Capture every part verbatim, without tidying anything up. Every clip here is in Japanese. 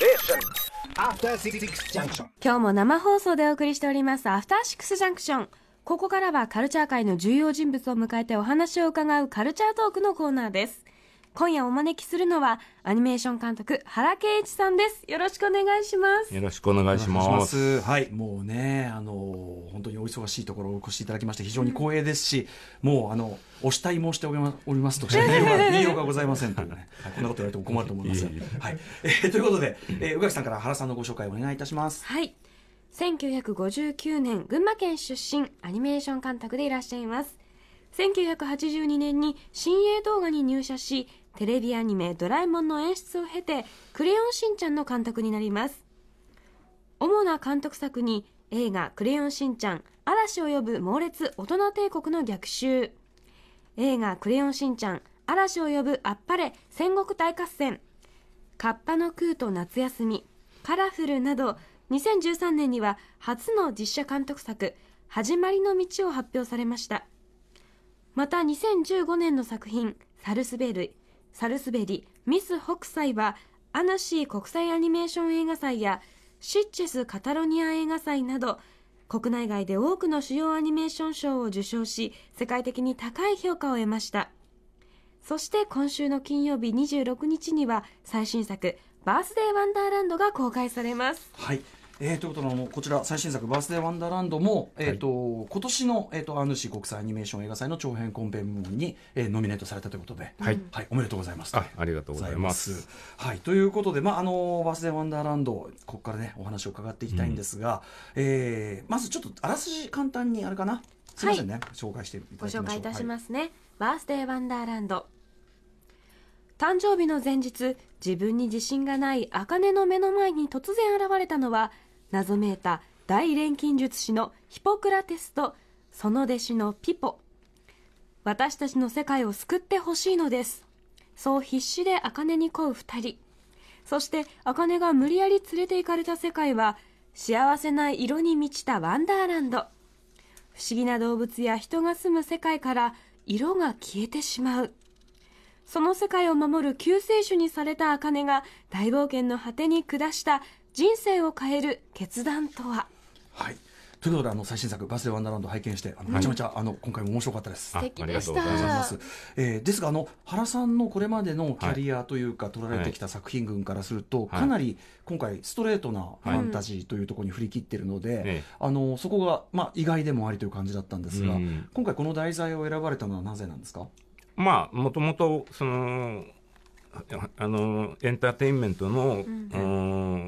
After Six Junction。 今日も生放送でお送りしておりますアフターシックスジャンクション。ここからはカルチャー界の重要人物を迎えてお話を伺うカルチャートークのコーナーです。今夜お招きするのはアニメーション監督原敬一さんです。よろしくお願いします。 よろしくお願いします。 はい、もうね、あの本当にお忙しいところをお越しいただきまして非常に光栄ですし、うん、もうあのお慕い申しておりますとしか言いようがございませんというね、はい、こんなこと言われても困ると思いますが、はい、えー、ということで、えー、宇垣さんから原さんのご紹介をお願いいたします。 はい、せんきゅうひゃくごじゅうきゅうねん群馬県出身、アニメーション監督でいらっしゃいます。せんきゅうひゃくはちじゅうにねんに新鋭動画に入社し、テレビアニメドラえもんの演出を経てクレヨンしんちゃんの監督になります。主な監督作に映画クレヨンしんちゃん嵐を呼ぶ猛烈大人帝国の逆襲、映画クレヨンしんちゃん嵐を呼ぶあっぱれ戦国大合戦、カッパの空と夏休み、カラフルなど、にせんじゅうさんねんには初の実写監督作始まりの道を発表されました。またにせんじゅうごねんの作品サルスベリサルスベリミス北斎はアヌシー国際アニメーション映画祭やシッチェスカタロニア映画祭など国内外で多くの主要アニメーション賞を受賞し、世界的に高い評価を得ました。そして今週の金曜日にじゅうろくにちには最新作バースデーワンダーランドが公開されます。 はい、えー、ということで、あのこちら最新作バースデーワンダーランドも、えーとはい、今年の、えーと、アヌシー国際アニメーション映画祭の長編コンペ部門に、えー、ノミネートされたということで、 はいはい、おめでとうございます。 あ、ありがとうございます。 はい、ということで、まあ、あのバースデーワンダーランドここからねお話を伺っていきたいんですが、うん、えー、まずちょっとあらすじ簡単にあれかな、すみませんね、はい、紹介していただきましょう。 ご紹介いたしますね、はい、バースデーワンダーランド。誕生日の前日、自分に自信がない茜の目の前に突然現れたのは謎めいた大錬金術師のヒポクラテスとその弟子のピポ。私たちの世界を救ってほしいのです。そう必死で茜に恋う二人。そして茜が無理やり連れて行かれた世界は幸せな色に満ちたワンダーランド。不思議な動物や人が住む世界から色が消えてしまう。その世界を守る救世主にされた茜が大冒険の果てに下した人生を変える決断とは。 はい、ということで、あの最新作バースデーワンダーランドを拝見してあの、めちゃめちゃあの今回も面白かったです。 素敵でした。 ありがとうございます。 えー、ですがあの原さんのこれまでのキャリアというか、はい、撮られてきた作品群からすると、はい、かなり今回ストレートなファンタジーというところに振り切っているので、はい、あのそこが、まあ、意外でもありという感じだったんですが、うん、今回この題材を選ばれたのはなぜなんですか？ まあもともとそのあのエンターテインメントの、うん、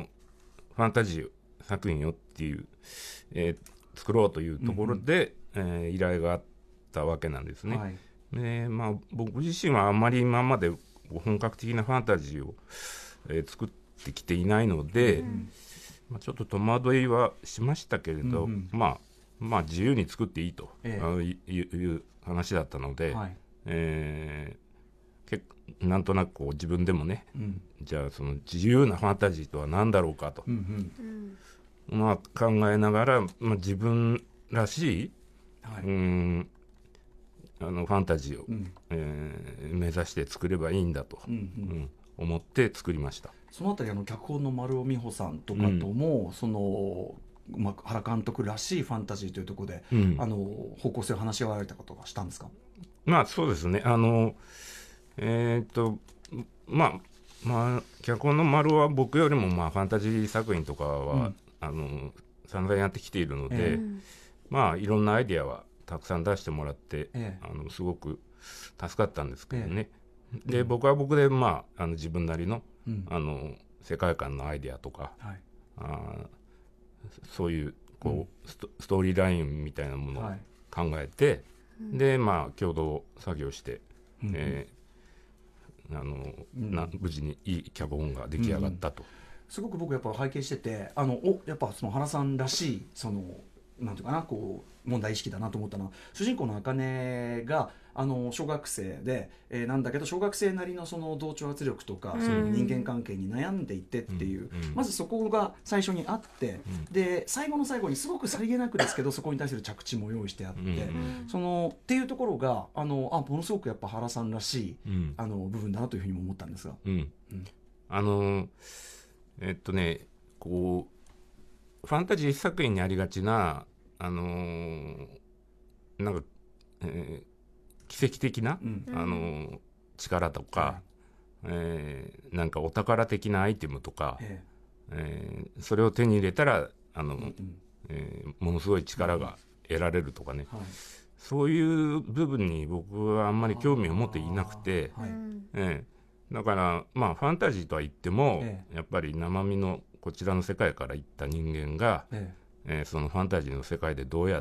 ファンタジー作品をっていう、えー、作ろうというところで、うんうん、えー、依頼があったわけなんですね。はい、で、まあ、僕自身はあんまり今まで本格的なファンタジーを、えー、作ってきていないので、うん、まあ、ちょっと戸惑いはしましたけれど、うんうん、まあ、まあ自由に作っていいと、えー、いう話だったので、はい、えー、結なんとなくこう自分でもね、うん、じゃあその自由なファンタジーとは何だろうかと、うんうん、まあ、考えながら、まあ、自分らしい、はい、うん、あのファンタジーを、うん、えー、目指して作ればいいんだと、うんうんうん、思って作りました。 そのあたり、あの脚本の丸尾美穂さんとかとも、うん、そのまあ、原監督らしいファンタジーというところで、うん、あの方向性を話し合われたことがしたんですか？ まあそうですね、あのえー、っとまあまあ脚本の丸は僕よりもまあファンタジー作品とかは、うん、あの散々やってきているので、えー、まあいろんなアイディアはたくさん出してもらって、えー、あのすごく助かったんですけどね、えー、で、うん、僕は僕で、まあ、あの自分なりの、うん、あの世界観のアイディアとか、はい、あそういうこう、うん、スト、ストーリーラインみたいなものを考えて、はい、でまあ共同作業して、うん、えー、あの、うん、な無事にいい脚本が出来上がったと、うん、 すごく僕やっぱ拝見してて、あのおやっぱその原さんらしいそのなんていうかな、こう問題意識だなと思ったのは、主人公の茜があの小学生で、えー、なんだけど小学生なりのその同調圧力とか、うん、その人間関係に悩んでいってっていう、うん、まずそこが最初にあって、うん、で最後の最後にすごくさりげなくですけどそこに対する着地も用意してあって、うん、そのっていうところがあのあものすごくやっぱ原さんらしい、うん、あの部分だなというふうにも思ったんですが、うんうん、あのえっとねこうファンタジー作品にありがちなあのー、なんか、えー、奇跡的な、うんあのー、力とか、はいえー、なんかお宝的なアイテムとか、ええー、それを手に入れたらあの、うんうんえー、ものすごい力が得られるとかね、うんはい、そういう部分に僕はあんまり興味を持っていなくて、はいえー、だからまあファンタジーとは言っても、ええ、やっぱり生身のこちらの世界から行った人間が、えええー、そのファンタジーの世界でどうやって、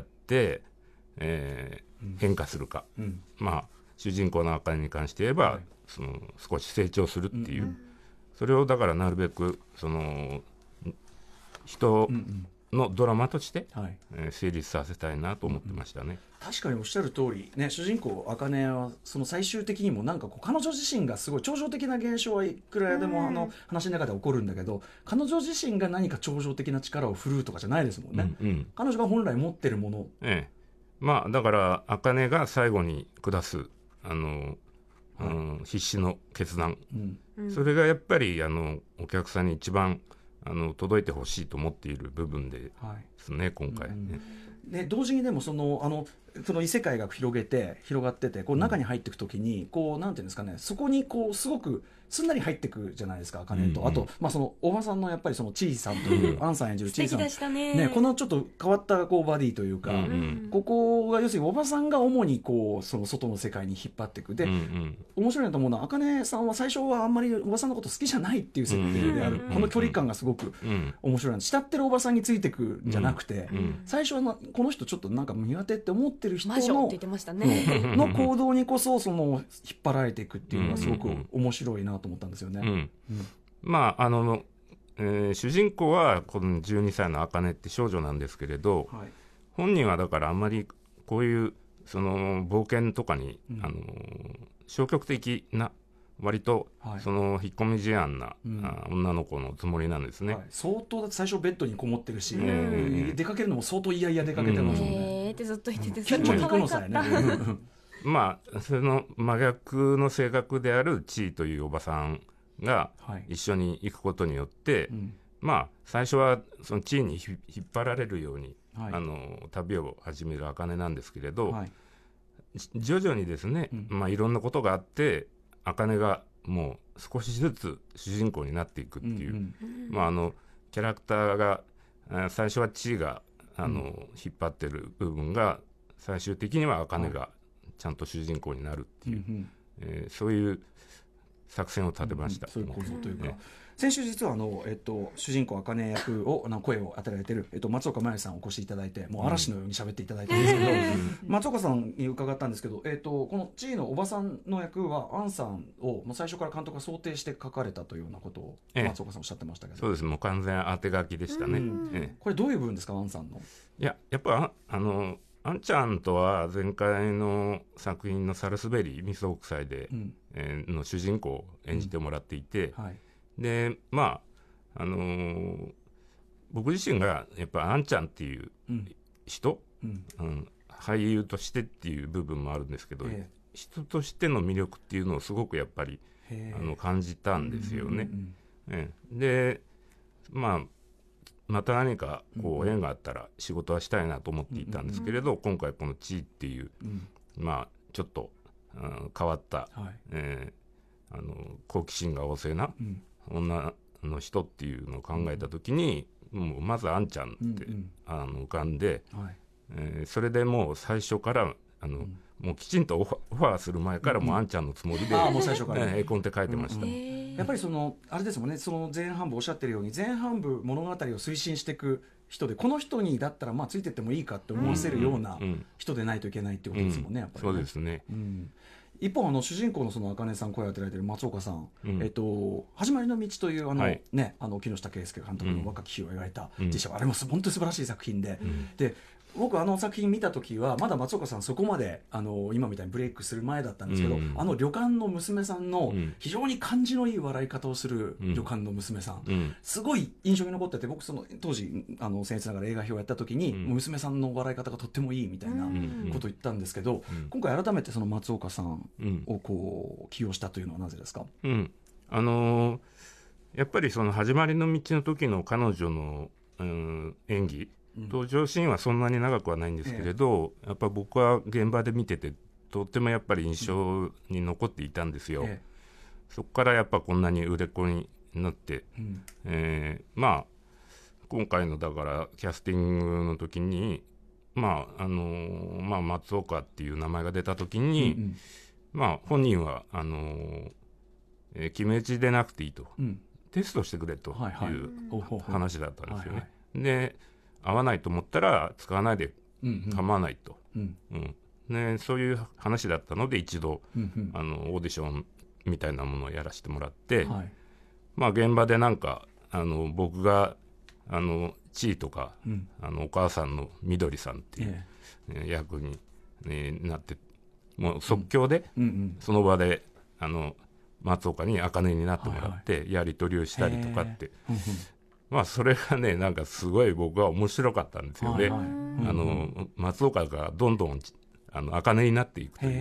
えーうん、変化するか、うん、まあ主人公の茜に関して言えば、はい、その少し成長するっていう、うんうん、それをだからなるべくその人のドラマとして、うんうんえー、成立させたいなと思ってましたね、うんうん、 確かにおっしゃる通り、ね、主人公茜はその最終的にもなんかこう彼女自身がすごい超常的な現象はいくらでもあの話の中で起こるんだけど、彼女自身が何か超常的な力を振るうとかじゃないですもんね、うんうん、彼女が本来持ってるもの、ええまあ、だから茜が最後に下すあの、はいうん、必死の決断、うん、それがやっぱりあのお客さんに一番あの届いてほしいと思っている部分ですね、はい、今回、うんねで同時にでもそのあのその異世界が広げて広がっててこう中に入っていくときに、うん、こうなんていうんですかねそこにこうすごくすんなり入っていくじゃないですか茜と、うんうん、あと、まあ、そのおばさんのやっぱりそのちいさんという、うん、アンさん演じるちいさん、 素敵でしたね、 ね、このちょっと変わったこうバディというか、うんうん、ここが要するにおばさんが主にこうその外の世界に引っ張っていくで、うんうん、面白いなと思うのは茜さんは最初はあんまりおばさんのこと好きじゃないっていう設定である、うんうん、この距離感がすごく面白いな、慕ってるおばさんについていくんじゃなくて、うんうん、最初はこの人ちょっとなんか苦手って思ってる人の、 魔女って言ってましたね、 の行動にこそその引っ張られていくっていうのがすごく面白いなと思ったんですよね、うんうんうんまああの、えー、主人公はこのじゅうにさいの茜って少女なんですけれど、はい、本人はだからあんまりこういうその冒険とかに、うん、あの消極的な割とその引っ込み思案な、はい、女の子のつもりなんですね、はい、 相当だって最初ベッドにこもってるし、えー、出かけるのも相当嫌々出かけてますもんね、 えーってずっと言ってて、 キャッチャーに行くのさえねまあその真逆の性格であるちいというおばさんが一緒に行くことによって、はいうん、まあ最初はその地位に引っ張られるように、はい、あの旅を始める茜なんですけれど、はい、徐々にですね、うんまあ、いろんなことがあって茜がもう少しずつ主人公になっていくっていう、うんうんまあ、あのキャラクターが最初は地位があの、うん、引っ張ってる部分が最終的には茜がちゃんと主人公になるっていう、はいえー、そういう作戦を立てました、 うん、そういう構造というか、ね、先週実はあの、えっと、主人公茜役をの声を与えられている、えっと、松岡茉優さんをお越しいただいてもう嵐のように喋っていただいたんですけど、うん、松岡さんに伺ったんですけど、えっと、この地位のおばさんの役はアンさんをもう最初から監督が想定して書かれたというようなことを松岡さんおっしゃってましたけど、 そうですもう完全当て書きでしたね、うんええ、これどういう部分ですかアンさんの。 いややっぱあのあんちゃんとは前回の作品のサルスベリーミス北斎で、うんえー、の主人公を演じてもらっていて、うんはい、でまああのー、僕自身がやっぱあんちゃんっていう人、うんうん、俳優としてっていう部分もあるんですけど、人としての魅力っていうのをすごくやっぱりあの感じたんですよね、うんうんうん、でまあまた何かこう縁があったら仕事はしたいなと思っていたんですけれど、うんうん、今回この地位っていう、うん、まあちょっと、うん、変わった、はいえー、あの好奇心が旺盛な女の人っていうのを考えた時に、うん、もうまずあんちゃんって、うんうん、あの浮かんで、はいえー、それでもう最初からあの、うんもうきちんとオファーする前からもうあんちゃんのつもりで、うんうん、あもう最初から、ね、絵コンテ書いてました、うんうん、 やっぱりそのあれですもんねその前半部おっしゃってるように前半部物語を推進していく人でこの人にだったらまあついてってもいいかって思わせるような人でないといけないってことですもんね、やっぱりね、 そうですね、 うん一方あの主人公のその茜さん声を当てられている松岡さん、うんえっと、始まりの道というあの、はいね、あの木下圭介監督の若き日を描いた実写、うん、あれも本当に素晴らしい作品で、うん、で僕あの作品見た時はまだ松岡さんそこまであの今みたいにブレイクする前だったんですけど、うん、あの旅館の娘さんの非常に感じのいい笑い方をする旅館の娘さん、うん、すごい印象に残ってて僕その当時あの僭越ながら映画表をやった時に、うん、娘さんの笑い方がとってもいいみたいなことを言ったんですけど、うん、今回改めてその松岡さんをこう起用したというのはなぜですか？ うん、あのーやっぱりその始まりの道の時の彼女の、うん、演技、うん、登場シーンはそんなに長くはないんですけれど、ええ、やっぱ僕は現場で見ててとってもやっぱり印象に残っていたんですよ、ええ、そこからやっぱこんなに売れっ子になって、うんえー、まあ今回のだからキャスティングの時にまああのーまあ、松岡っていう名前が出た時に、うんうんまあ、本人はあのーえー、決め打ちでなくていいと、うん、テストしてくれという話だったんですよね、はいはい、で合わないと思ったら使わないで構わないと、うんうんうんね、そういう話だったので一度、うんうん、あのオーディションみたいなものをやらせてもらって、はいまあ、現場でなんかあの僕があの地位とか、うん、あのお母さんのみどりさんっていう、ええ、役に、ね、なってもう即興で、うんうんうん、その場であの松岡に茜になってもらって、はいはい、やり取りをしたりとかって、まあそれがねなんかすごい僕は面白かったんですよね、はいはい、あの松岡がどんどんあの茜になっていくという、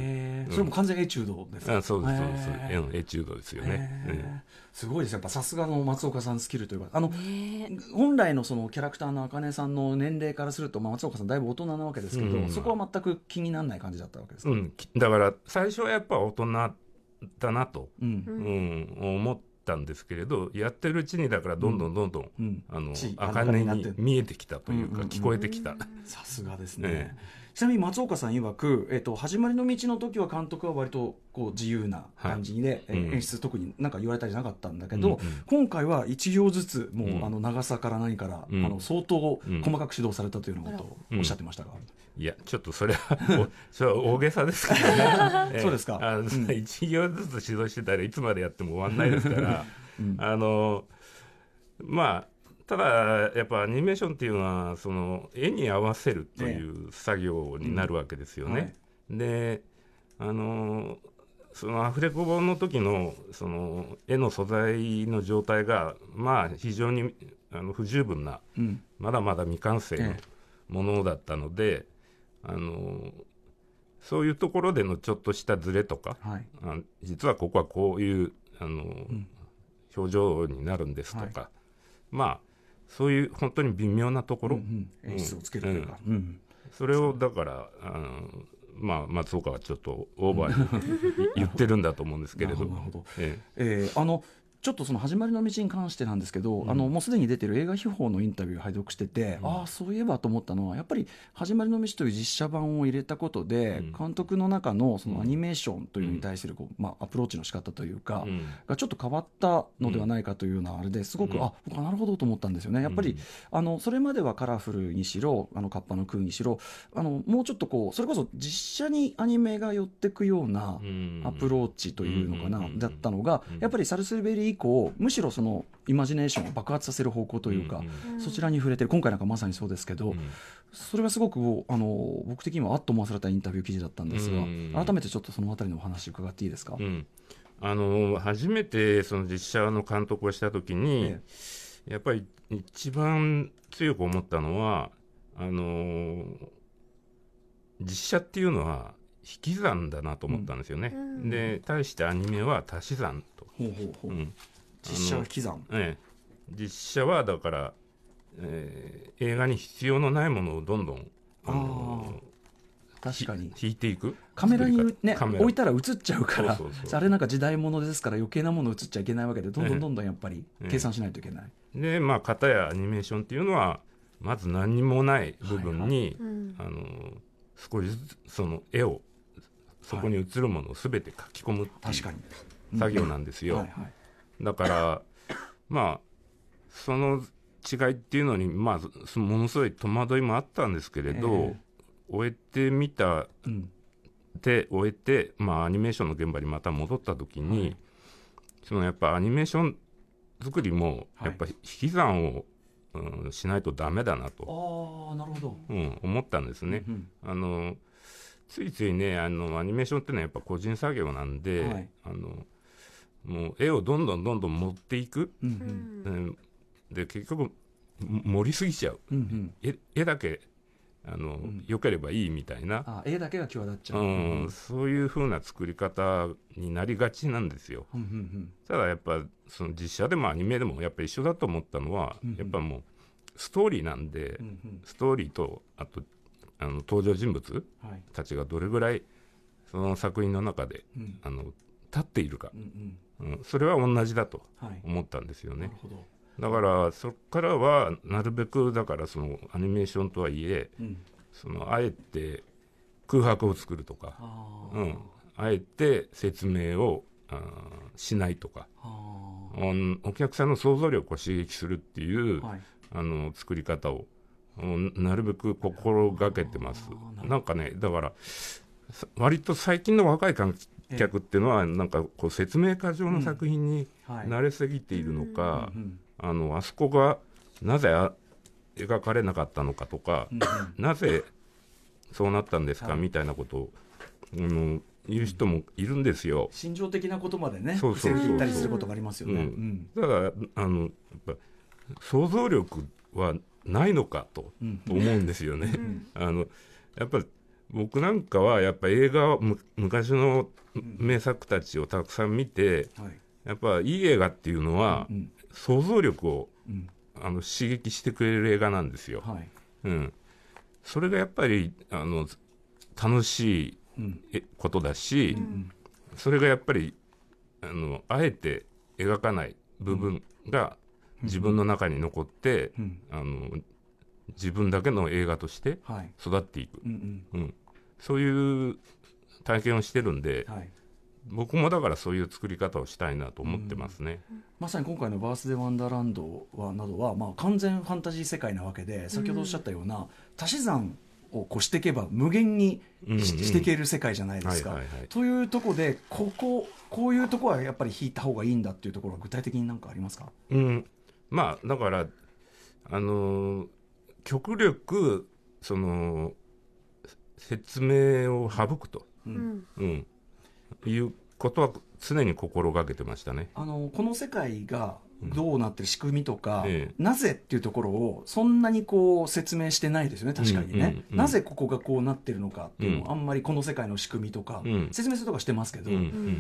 うん、それも完全エチュードですか？ あそうですそうですエチュードですよね、うん、 すごいですやっぱさすがの松岡さんスキルというかあの本来のそのキャラクターの茜さんの年齢からすると、まあ、松岡さんだいぶ大人なわけですけど、うん、そこは全く気にならない感じだったわけですか？ うん、だから最初はやっぱ大人だなと、うんうん、思ったんですけれどやってるうちにだからどんどんどんどん、うん、あの茜に見えてきたというか、うんうんうん、聞こえてきた。 さすがですね、ええちなみに松岡さん曰く、えっと、始まりの道の時は監督は割とこう自由な感じで、はいうん、演出特に何か言われたりじゃなかったんだけど、うんうん、今回はいち行ずつもう、うん、あの長さから何から、うん、あの相当細かく指導されたというようなことをおっしゃってましたが、 うん、いやちょっとそれはそれは大げさですけどねそうですかあの、うん、いち行ずつ指導してたらいつまでやっても終わんないですから、うん、あのまあただやっぱアニメーションっていうのはその絵に合わせるという作業になるわけですよね、ねうんはい、であのそのアフレコ本の時のその絵の素材の状態がまあ非常にあの不十分な、うん、まだまだ未完成のものだったので、あのそういうところでのちょっとしたズレとか、はい、あ実はここはこういうあの、うん、表情になるんですとか、はい、まあそういう本当に微妙なところ、うんうん、演出をつけるというか、うんうん、 それをだからあの、まあ、松岡はちょっとオーバーに言ってるんだと思うんですけれどなるほど、えええー、あのちょっとその始まりの道に関してなんですけど、うん、あのもうすでに出てる映画秘宝のインタビューを拝読してて、うん、ああそういえばと思ったのはやっぱり始まりの道という実写版を入れたことで、うん、監督の中のそのアニメーションというのに対するこう、まあ、アプローチの仕方というか、うん、がちょっと変わったのではないかというようなあれですごく、うん、あ僕はなるほどと思ったんですよね。やっぱり、うん、あのそれまではカラフルにしろあのカッパの空にしろあのもうちょっとこうそれこそ実写にアニメが寄ってくようなアプローチというのかな、だったのがやっぱりサルスベリー以降むしろそのイマジネーションを爆発させる方向というか、うんうん、そちらに触れてる今回なんかまさにそうですけど、うん、それがすごくあの僕的にはあっと思わされたインタビュー記事だったんですが、うん、改めてちょっとそのあたりのお話伺っていいですか？うん、 あの初めてその実写の監督をした時に、ええ、やっぱり一番強く思ったのはあの実写っていうのは引き算だなと思ったんですよね、うん、で対してアニメは足し算と。ほうほうほう、うん実写は引き算、 ええ、実写はだから、えー、映画に必要のないものをどんどんあの確かに引いていくカメラに、ね、置いたら映っちゃうからそうそうそうあれなんか時代物ですから余計なもの映っちゃいけないわけでどんどんどんどんやっぱり計算しないといけない、 ええ、でまあ片やアニメーションっていうのはまず何にもない部分に、はいはい、あの少しずつその絵をそこに映るものを全て書き込むっていう作業なんですよ、はいはいだからまあその違いっていうのに、まあ、ものすごい戸惑いもあったんですけれど、えー、終えてみた、うん、で終えて、まあ、アニメーションの現場にまた戻った時に、はい、そのやっぱアニメーション作りもやっぱ引き算を、うん、しないとダメだなとあなるほど、 うん、思ったんですね、うんうん、あのついついねあのアニメーションっていうのはやっぱ個人作業なんで、はい、あのもう絵をどんどんどんどん持っていく、うんうん、で結局盛りすぎちゃう、うんうん、絵, 絵だけあの、 うん、 良ければいいみたいな、 あ絵だけが際立っちゃう、 うんうん、そういう風な作り方になりがちなんですよ、 うんうんうん、 ただやっぱその実写でもアニメでもやっぱ一緒だと思ったのは、うんうん、やっぱもうストーリーなんで、うんうん、ストーリーとあとあの登場人物たちがどれぐらいその作品の中で、はい、あの立っているか、うんうんうん、それは同じだと思ったんですよね、はい、だからそこからはなるべくだからそのアニメーションとはいえ、うん、そのあえて空白を作るとか、あ、うん、あえて説明をあしないとか、お客さんの想像力を刺激するっていう、はい、あの作り方をなるべく心がけてます。なんかね、だから割と最近の若い観客っていうのはなんかこう説明過剰の作品に慣れすぎているのか、あのあそこがなぜ描かれなかったのかとか、なぜそうなったんですか、はい、みたいなことを、うん、言う人もいるんですよ。 心情的なことまでね、伏せ切ったりすることがありますよね。うんうん、 だからあのやっぱ想像力はないのかと思うんですよね。うん、あのやっぱり僕なんかはやっぱ映画を昔の名作たちをたくさん見て、うん、やっぱいい映画っていうのは、うん、想像力を、うん、あの刺激してくれる映画なんですよ。はい、うん、それがやっぱりあの楽しいことだし、うん、それがやっぱりあのあえて描かない部分が自分の中に残って、うん、あの自分だけの映画として育っていく、はい、うんうんうん、そういう体験をしてるんで、はい、僕もだからそういう作り方をしたいなと思ってますね。 うん、まさに今回のバースデーワンダーランドはなどは、まあ、完全ファンタジー世界なわけで、先ほどおっしゃったような、うん、足し算を越していけば無限に し,、うんうん、していける世界じゃないですか、はいはいはい、というところでこここういうところはやっぱり引いた方がいいんだっていうところは具体的に何かありますか？ うん、まあだからあのー、極力その説明を省くと、うんうん、いうことは常に心がけてましたね。 あのこの世界がどうなってる仕組みとか、うんええ、なぜっていうところをそんなにこう説明してないですよね、確かにね、うんうんうん、なぜここがこうなってるのかっていうのを、うん、あんまりこの世界の仕組みとか、うん、説明するとかしてますけど、うんうん、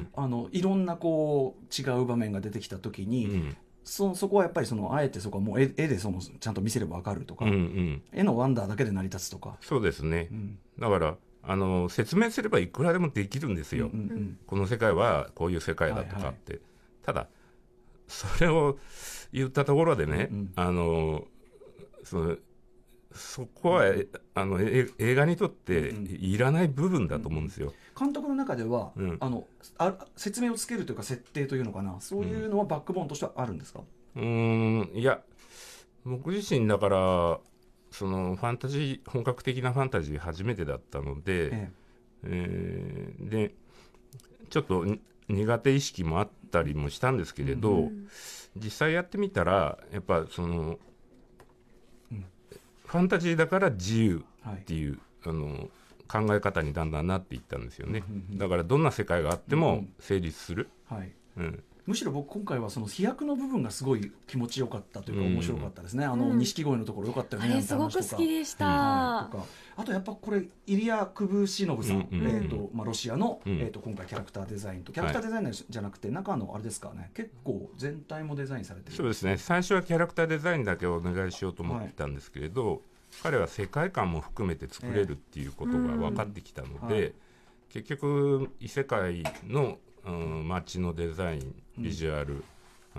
あのいろんなこう違う場面が出てきた時に、うん、そ, そこはやっぱりそのあえてそこはもう 絵, 絵でそのちゃんと見せれば分かるとか、うんうん、絵のワンダーだけで成り立つとか。 そうですね、うん、だからあの説明すればいくらでもできるんですよ、うんうんうん、この世界はこういう世界だとかって、はいはい、ただそれを言ったところでね、うんうん、あの そ, そこは、うん、あの映画にとっていらない部分だと思うんですよ、 うん、監督の中では、うん、あのあ説明をつけるというか設定というのかな、そういうのはバックボーンとしてはあるんですか？ うーん、いや僕自身だからそのファンタジー本格的なファンタジー初めてだったので、えええー、でちょっと苦手意識もあったりもしたんですけれど、うん、実際やってみたらやっぱその、うん、ファンタジーだから自由っていう、はい、あの考え方にだんだんなっていったんですよね、うんうん、だからどんな世界があっても成立する、うんはいうん、 むしろ僕今回はその飛躍の部分がすごい気持ちよかったというか面白かったですね、うん、あの錦鯉のところよかったよね、 あれすごく好きでした、うんはい、とかあとやっぱこれイリア・クブシノブさん、うんうんえーとまあ、ロシアの、うんえー、と今回キャラクターデザインとキャラクターデザイナーじゃなくて、はい、中のあれですかね結構全体もデザインされてる。 そうですね、最初はキャラクターデザインだけお願いしようと思ってたんですけれど、はい、彼は世界観も含めて作れるっていうことが分かってきたので、えーうんはい、結局異世界の、うん、街のデザインビジュアル、うん、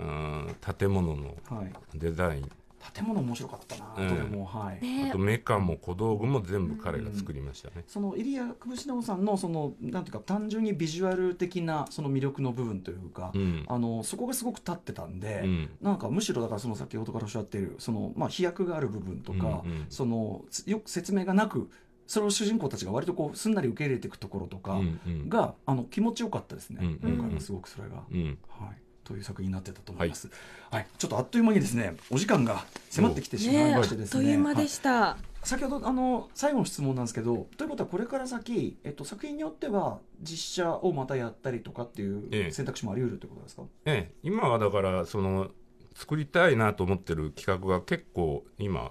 建物のデザイン、はい、 建物面白かったな、うん、どれも、はいね、あとメカも小道具も全部彼が作りましたね、うん、 そのイリア・クブシノブさんのそのなんていうか単純にビジュアル的なその魅力の部分というか、うん、あのそこがすごく立ってたんで、うん、なんかむしろだからその先ほどからおっしゃっているその、まあ、飛躍がある部分とか、うんうん、そのよく説明がなくそれを主人公たちが割とこうすんなり受け入れていくところとかが、うんうん、あの気持ちよかったですね、うんうん、今回はすごくそれが、うんはいという作品になってたと思います、はいはい、ちょっとあっという間にですねお時間が迫ってきてしまいましてですね、 ねあっという間でした、はい、 先ほどあの最後の質問なんですけど、ということはこれから先、えっと、作品によっては実写をまたやったりとかっていう選択肢もあり得るということですか？ ええ、今はだからその作りたいなと思ってる企画が結構今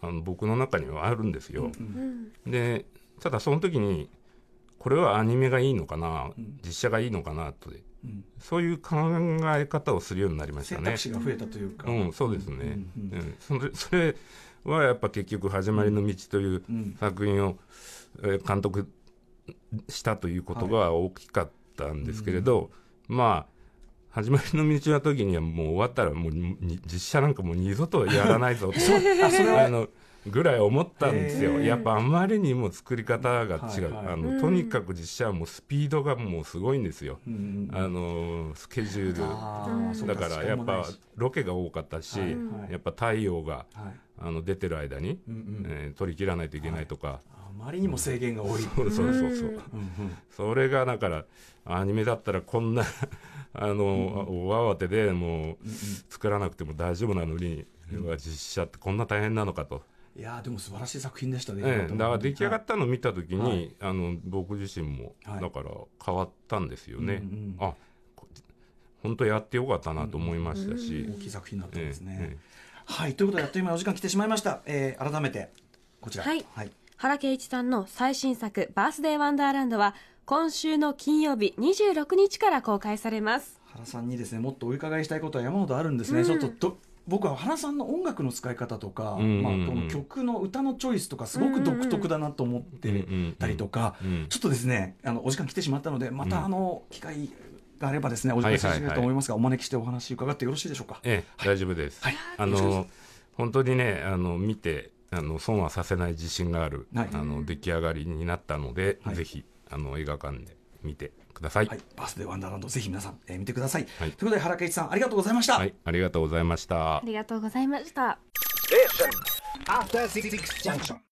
あの僕の中にはあるんですよ、 うんでただその時にこれはアニメがいいのかな、 ん実写がいいのかなとうんそういう考え方をするようになりましたね。 選択肢が増えたというか、 うん、そうですね、 うんうんうんそれそれはやっぱ結局「始まりの道」といううん作品を、えー監督したということが大きかったんですけれど、まあ始まりの道の時にはもう終わったらもうに実写なんかもう二度とやらないぞとあそれはあのぐらい思ったんですよ。 へーやっぱあまりにも作り方が違う、 はいはいあのとにかく実写はもうスピードがもうすごいんですよ、 うんあのスケジュールあーそうだからやっぱロケが多かったし、 はいはいやっぱ太陽がはいあの出てる間に、 うんうんえー撮り切らないといけないとか、 あまりにも制限が多い、 そうそうそうそう、 うんうんそれがだからアニメだったらこんなあの、大慌てでもう作らなくても大丈夫なのに、実写ってこんな大変なのかと、 いやーでも素晴らしい作品でしたね、 ええ、だから出来上がったのを見た時に、 はいあの僕自身も、 はいだから変わったんですよね、 うんうんあ本当やってよかったなと思いましたし、 大きい作品だったんですね、 えええはいということであっという間にお時間来てしまいました、えー改めてこちらはいはい、 原敬一さんの最新作「バースデーワンダーランド」は今週の金曜日にじゅうろくにちから公開されます。 原さんにですねもっとお伺いしたいことは山ほどあるんですね、 うんちょっとど僕は原さんの音楽の使い方とか、 うんうんうんまあ、この曲の歌のチョイスとかすごく独特だなと思ってたりとか、 うんうんうんちょっとですねあのお時間来てしまったのでまうんたあの機会があればですねお時間してると思いますが、お招きしてお話伺ってよろしいでしょうか。 ええ、大丈夫です、 はいあよろしくお願いの本当にねあの見てあの損はさせない自信がある、 はいあの出来上がりになったので、 はいぜひあの映画館で見てください。 はい、バースデーワンダーランドぜひ皆さん、えー見てください、 はいということで原敬一さんありがとうございました。 はい、ありがとうございましたあ。りがとうございました。 After Six Junction.